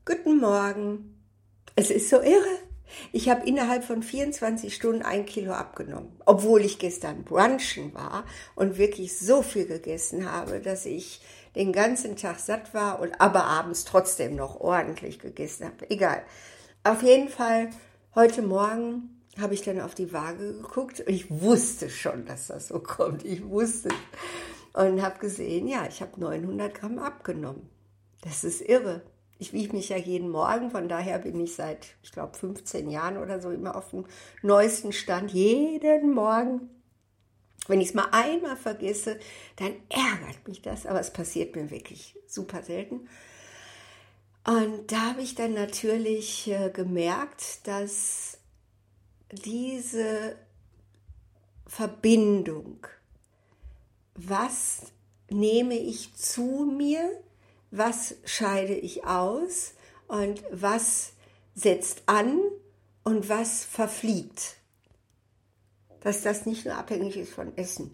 Guten Morgen. Es ist so irre. Ich habe innerhalb von 24 Stunden 1 Kilo abgenommen, obwohl ich gestern brunchen war und wirklich so viel gegessen habe, dass ich den ganzen Tag satt war und aber abends trotzdem noch ordentlich gegessen habe. Egal. Auf jeden Fall, heute Morgen habe ich dann auf die Waage geguckt und ich wusste schon, dass das so kommt. Ich wusste und habe gesehen, ja, ich habe 900 Gramm abgenommen. Das ist irre. Ich wiege mich ja jeden Morgen, von daher bin ich seit, ich glaube, 15 Jahren oder so immer auf dem neuesten Stand. Jeden Morgen. Wenn ich es mal einmal vergesse, dann ärgert mich das, aber es passiert mir wirklich super selten. Und da habe ich dann natürlich gemerkt, dass diese Verbindung, was nehme ich zu mir, was scheide ich aus und was setzt an und was verfliegt. Dass das nicht nur abhängig ist von Essen.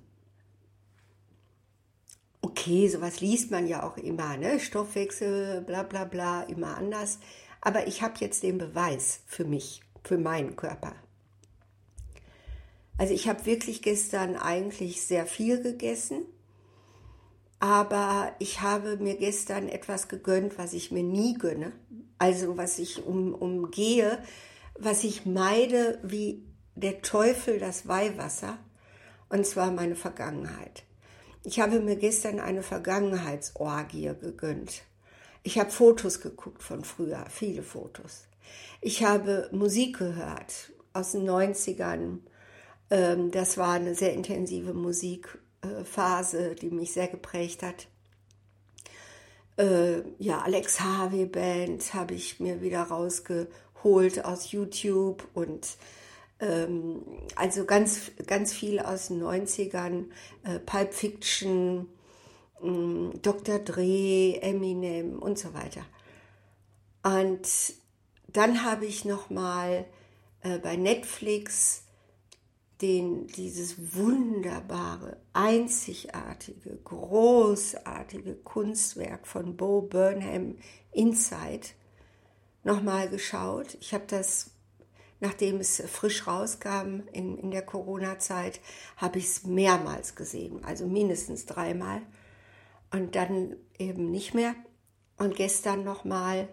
Okay, sowas liest man ja auch immer, ne? Stoffwechsel, bla bla bla, immer anders. Aber ich habe jetzt den Beweis für mich, für meinen Körper. Also ich habe wirklich gestern eigentlich sehr viel gegessen. Aber ich habe mir gestern etwas gegönnt, was ich mir nie gönne. Also was ich umgehe, was ich meide wie der Teufel das Weihwasser. Und zwar meine Vergangenheit. Ich habe mir gestern eine Vergangenheitsorgie gegönnt. Ich habe Fotos geguckt von früher, viele Fotos. Ich habe Musik gehört aus den 90ern. Das war eine sehr intensive Musikphase, die mich sehr geprägt hat. Alex Harvey Band habe ich mir wieder rausgeholt aus YouTube und also ganz, ganz viel aus den 90ern, Pulp Fiction, Dr. Dre, Eminem und so weiter. Und dann habe ich nochmal bei Netflix dieses wunderbare, einzigartige, großartige Kunstwerk von Bo Burnham, Inside, nochmal geschaut. Ich habe das, nachdem es frisch rauskam in der Corona-Zeit, habe ich es mehrmals gesehen, also mindestens 3-mal und dann eben nicht mehr. Und gestern nochmal.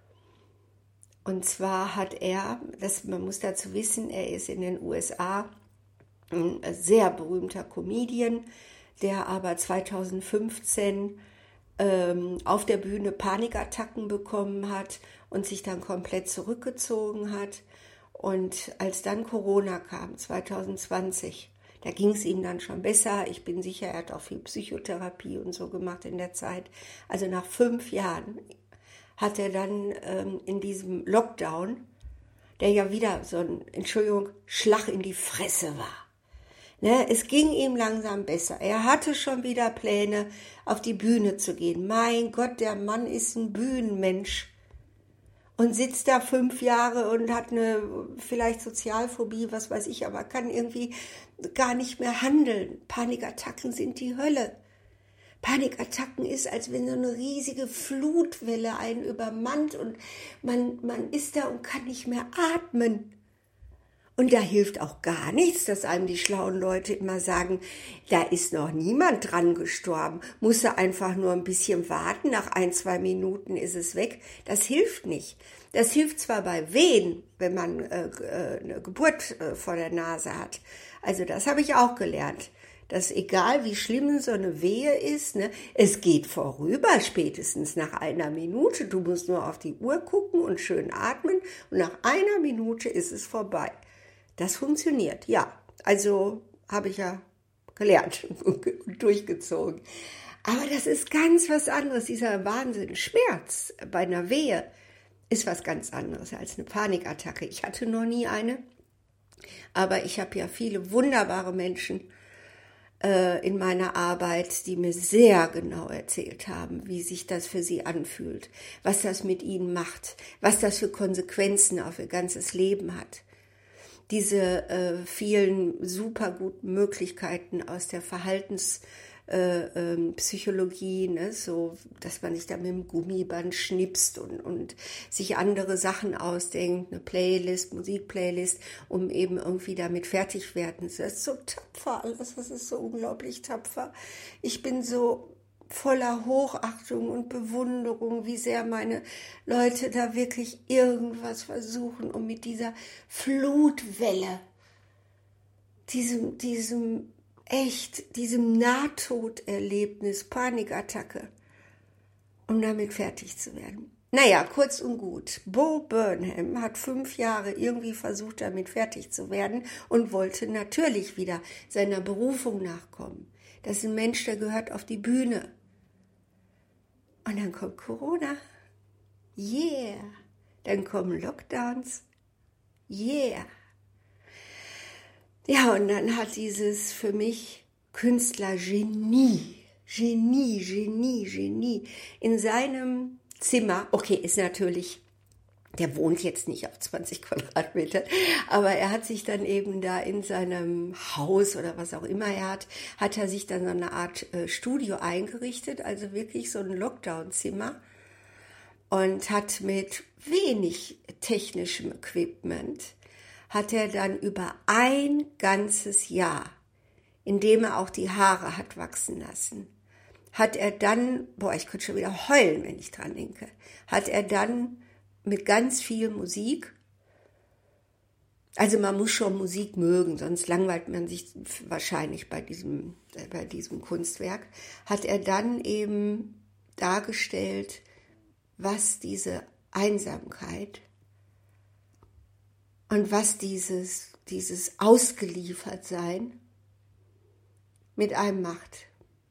Und zwar hat man muss dazu wissen, er ist in den USA ein sehr berühmter Comedian, der aber 2015 auf der Bühne Panikattacken bekommen hat und sich dann komplett zurückgezogen hat. Und als dann Corona kam, 2020, da ging es ihm dann schon besser. Ich bin sicher, er hat auch viel Psychotherapie und so gemacht in der Zeit. Also nach 5 Jahren hat er dann in diesem Lockdown, der ja wieder so ein, Schlag in die Fresse war. Ne, es ging ihm langsam besser. Er hatte schon wieder Pläne, auf die Bühne zu gehen. Mein Gott, der Mann ist ein Bühnenmensch und sitzt da 5 Jahre und hat eine vielleicht Sozialphobie, was weiß ich, aber kann irgendwie gar nicht mehr handeln. Panikattacken sind die Hölle. Panikattacken ist, als wenn so eine riesige Flutwelle einen übermannt und man ist da und kann nicht mehr atmen. Und da hilft auch gar nichts, dass einem die schlauen Leute immer sagen, da ist noch niemand dran gestorben, muss er einfach nur ein bisschen warten, nach 1-2 Minuten ist es weg. Das hilft nicht. Das hilft zwar bei Wehen, wenn man eine Geburt vor der Nase hat. Also das habe ich auch gelernt, dass egal wie schlimm so eine Wehe ist, ne, es geht vorüber spätestens nach 1 Minute. Du musst nur auf die Uhr gucken und schön atmen und nach 1 Minute ist es vorbei. Das funktioniert, ja. Also habe ich ja gelernt und durchgezogen. Aber das ist ganz was anderes. Dieser Wahnsinn, Schmerz bei einer Wehe ist was ganz anderes als eine Panikattacke. Ich hatte noch nie eine, aber ich habe ja viele wunderbare Menschen in meiner Arbeit, die mir sehr genau erzählt haben, wie sich das für sie anfühlt, was das mit ihnen macht, was das für Konsequenzen auf ihr ganzes Leben hat. Diese vielen super guten Möglichkeiten aus der Verhaltensforschung Psychologie, ne? So, dass man sich da mit dem Gummiband schnipst und sich andere Sachen ausdenkt, eine Playlist, Musikplaylist, um eben irgendwie damit fertig werden. Das ist so tapfer alles, das ist so unglaublich tapfer. Ich bin so voller Hochachtung und Bewunderung, wie sehr meine Leute da wirklich irgendwas versuchen, um mit dieser Flutwelle, diesem Nahtoderlebnis, Panikattacke, um damit fertig zu werden. Naja, kurz und gut. Bo Burnham hat 5 Jahre irgendwie versucht, damit fertig zu werden und wollte natürlich wieder seiner Berufung nachkommen. Das ist ein Mensch, der gehört auf die Bühne. Und dann kommt Corona. Yeah. Dann kommen Lockdowns. Yeah. Ja, und dann hat dieses für mich Künstlergenie in seinem Zimmer, okay, ist natürlich, der wohnt jetzt nicht auf 20 Quadratmeter, aber er hat sich dann eben da in seinem Haus oder was auch immer er hat er sich dann so eine Art Studio eingerichtet, also wirklich so ein Lockdown-Zimmer und hat mit wenig technischem Equipment, hat er dann über ein ganzes Jahr, indem er auch die Haare hat wachsen lassen, hat er dann, ich könnte schon wieder heulen, wenn ich dran denke, hat er dann mit ganz viel Musik, also man muss schon Musik mögen, sonst langweilt man sich wahrscheinlich bei diesem Kunstwerk, hat er dann eben dargestellt, was diese Einsamkeit und was dieses Ausgeliefertsein mit einem macht.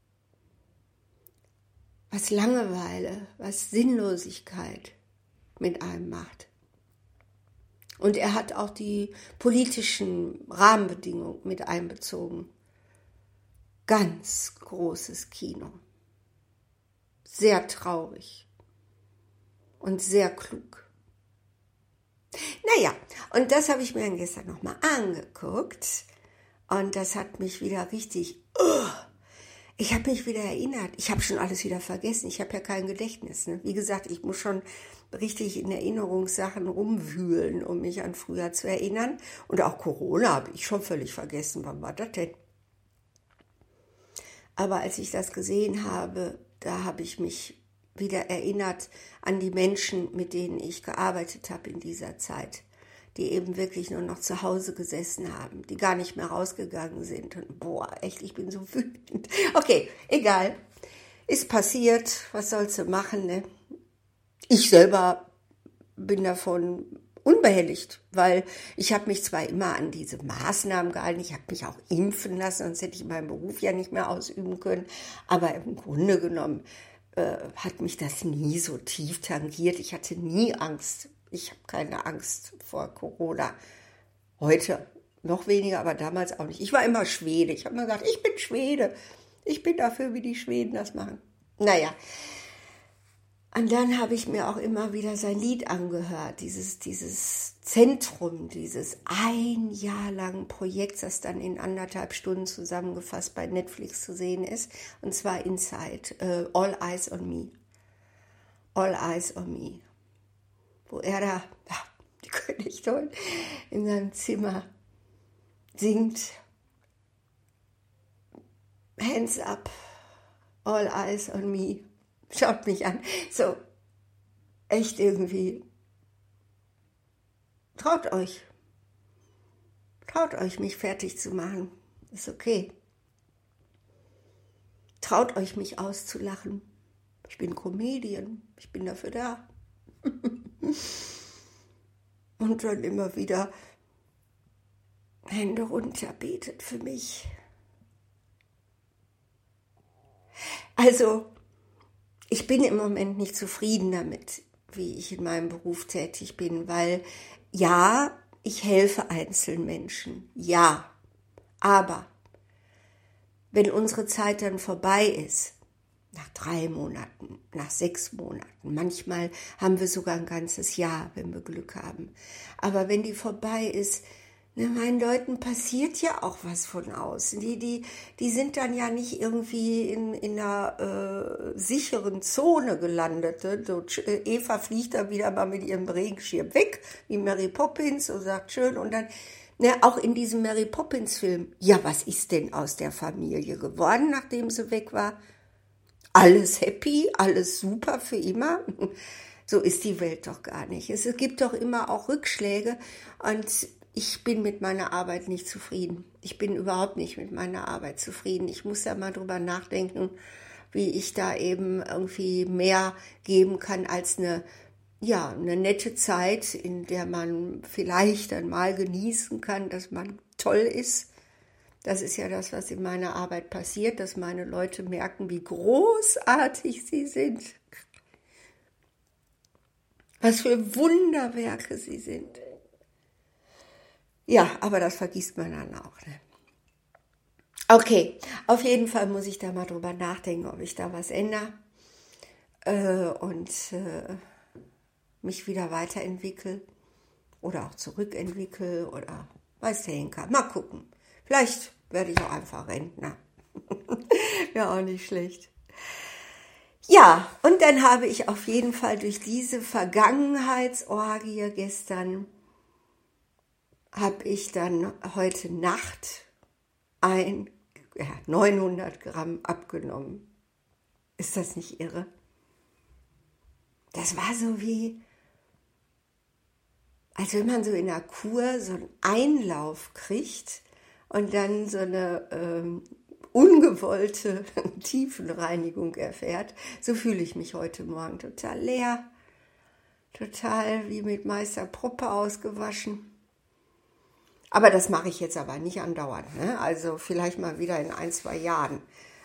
Was Langeweile, was Sinnlosigkeit mit einem macht. Und er hat auch die politischen Rahmenbedingungen mit einbezogen. Ganz großes Kino. Sehr traurig und sehr klug. Naja, und das habe ich mir dann gestern nochmal angeguckt und das hat mich wieder richtig, ich habe mich wieder erinnert. Ich habe schon alles wieder vergessen. Ich habe ja kein Gedächtnis. Ne? Wie gesagt, ich muss schon richtig in Erinnerungssachen rumwühlen, um mich an früher zu erinnern. Und auch Corona habe ich schon völlig vergessen. Wann war das denn? Aber als ich das gesehen habe, da habe ich mich wieder erinnert an die Menschen, mit denen ich gearbeitet habe in dieser Zeit, die eben wirklich nur noch zu Hause gesessen haben, die gar nicht mehr rausgegangen sind. Und echt, ich bin so wütend. Okay, egal. Ist passiert, was sollst du machen, ne? Ich selber bin davon unbehelligt, weil ich habe mich zwar immer an diese Maßnahmen gehalten, ich habe mich auch impfen lassen, sonst hätte ich meinen Beruf ja nicht mehr ausüben können, aber im Grunde genommen hat mich das nie so tief tangiert. Ich hatte nie Angst. Ich habe keine Angst vor Corona. Heute noch weniger, aber damals auch nicht. Ich war immer Schwede. Ich habe mir gesagt, ich bin Schwede. Ich bin dafür, wie die Schweden das machen. Naja. Und dann habe ich mir auch immer wieder sein Lied angehört. Dieses Zentrum, dieses 1 Jahr langen Projekts, das dann in 1,5 Stunden zusammengefasst bei Netflix zu sehen ist. Und zwar Inside, All Eyes on Me. All Eyes on Me. Wo er da, die Königin, in seinem Zimmer singt. Hands up, all eyes on me. Schaut mich an. So, echt irgendwie. Traut euch, mich fertig zu machen. Ist okay. Traut euch, mich auszulachen. Ich bin Comedian. Ich bin dafür da. Und dann immer wieder Hände runter, betet für mich. Also, ich bin im Moment nicht zufrieden damit, wie ich in meinem Beruf tätig bin, weil ja, ich helfe Einzelmenschen, ja, aber wenn unsere Zeit dann vorbei ist, nach 3 Monaten, nach 6 Monaten, manchmal haben wir sogar ein ganzes Jahr, wenn wir Glück haben, aber wenn die vorbei ist, Ne, meinen Leuten passiert ja auch was von außen. Die sind dann ja nicht irgendwie in einer sicheren Zone gelandet. Ne? So, Eva fliegt da wieder mal mit ihrem Regenschirm weg, wie Mary Poppins, und sagt schön. Und dann, ne, auch in diesem Mary Poppins-Film, ja, was ist denn aus der Familie geworden, nachdem sie weg war? Alles happy, alles super für immer. So ist die Welt doch gar nicht. Es gibt doch immer auch Rückschläge und ich bin mit meiner Arbeit nicht zufrieden. Ich bin überhaupt nicht mit meiner Arbeit zufrieden. Ich muss ja mal drüber nachdenken, wie ich da eben irgendwie mehr geben kann als eine nette Zeit, in der man vielleicht dann mal genießen kann, dass man toll ist. Das ist ja das, was in meiner Arbeit passiert, dass meine Leute merken, wie großartig sie sind. Was für Wunderwerke sie sind. Ja, aber das vergisst man dann auch. Ne? Okay, auf jeden Fall muss ich da mal drüber nachdenken, ob ich da was ändere und mich wieder weiterentwickle oder auch zurückentwickle oder weiß der Henker. Mal gucken. Vielleicht werde ich auch einfach Rentner. Wäre auch nicht schlecht. Ja, und dann habe ich auf jeden Fall durch diese Vergangenheitsorgie gestern, habe ich dann heute Nacht 900 Gramm abgenommen. Ist das nicht irre? Das war so wie, als wenn man so in einer Kur so einen Einlauf kriegt und dann so eine ungewollte Tiefenreinigung erfährt. So fühle ich mich heute Morgen, total leer, total wie mit Meister Proppe ausgewaschen. Aber das mache ich jetzt aber nicht andauernd, ne? Also vielleicht mal wieder in 1-2 Jahren,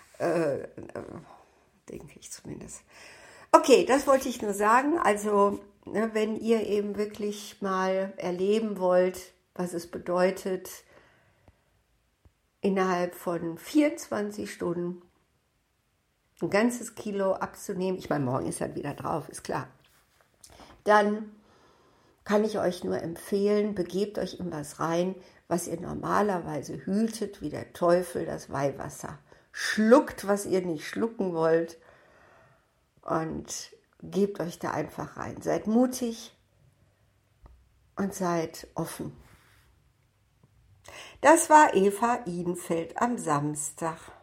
denke ich zumindest. Okay, das wollte ich nur sagen. Also ne, wenn ihr eben wirklich mal erleben wollt, was es bedeutet, innerhalb von 24 Stunden ein ganzes Kilo abzunehmen, ich meine, morgen ist halt wieder drauf, ist klar, dann kann ich euch nur empfehlen, begebt euch in was rein, was ihr normalerweise hütet, wie der Teufel das Weihwasser. Schluckt, was ihr nicht schlucken wollt und gebt euch da einfach rein. Seid mutig und seid offen. Das war Eva Idenfeld am Samstag.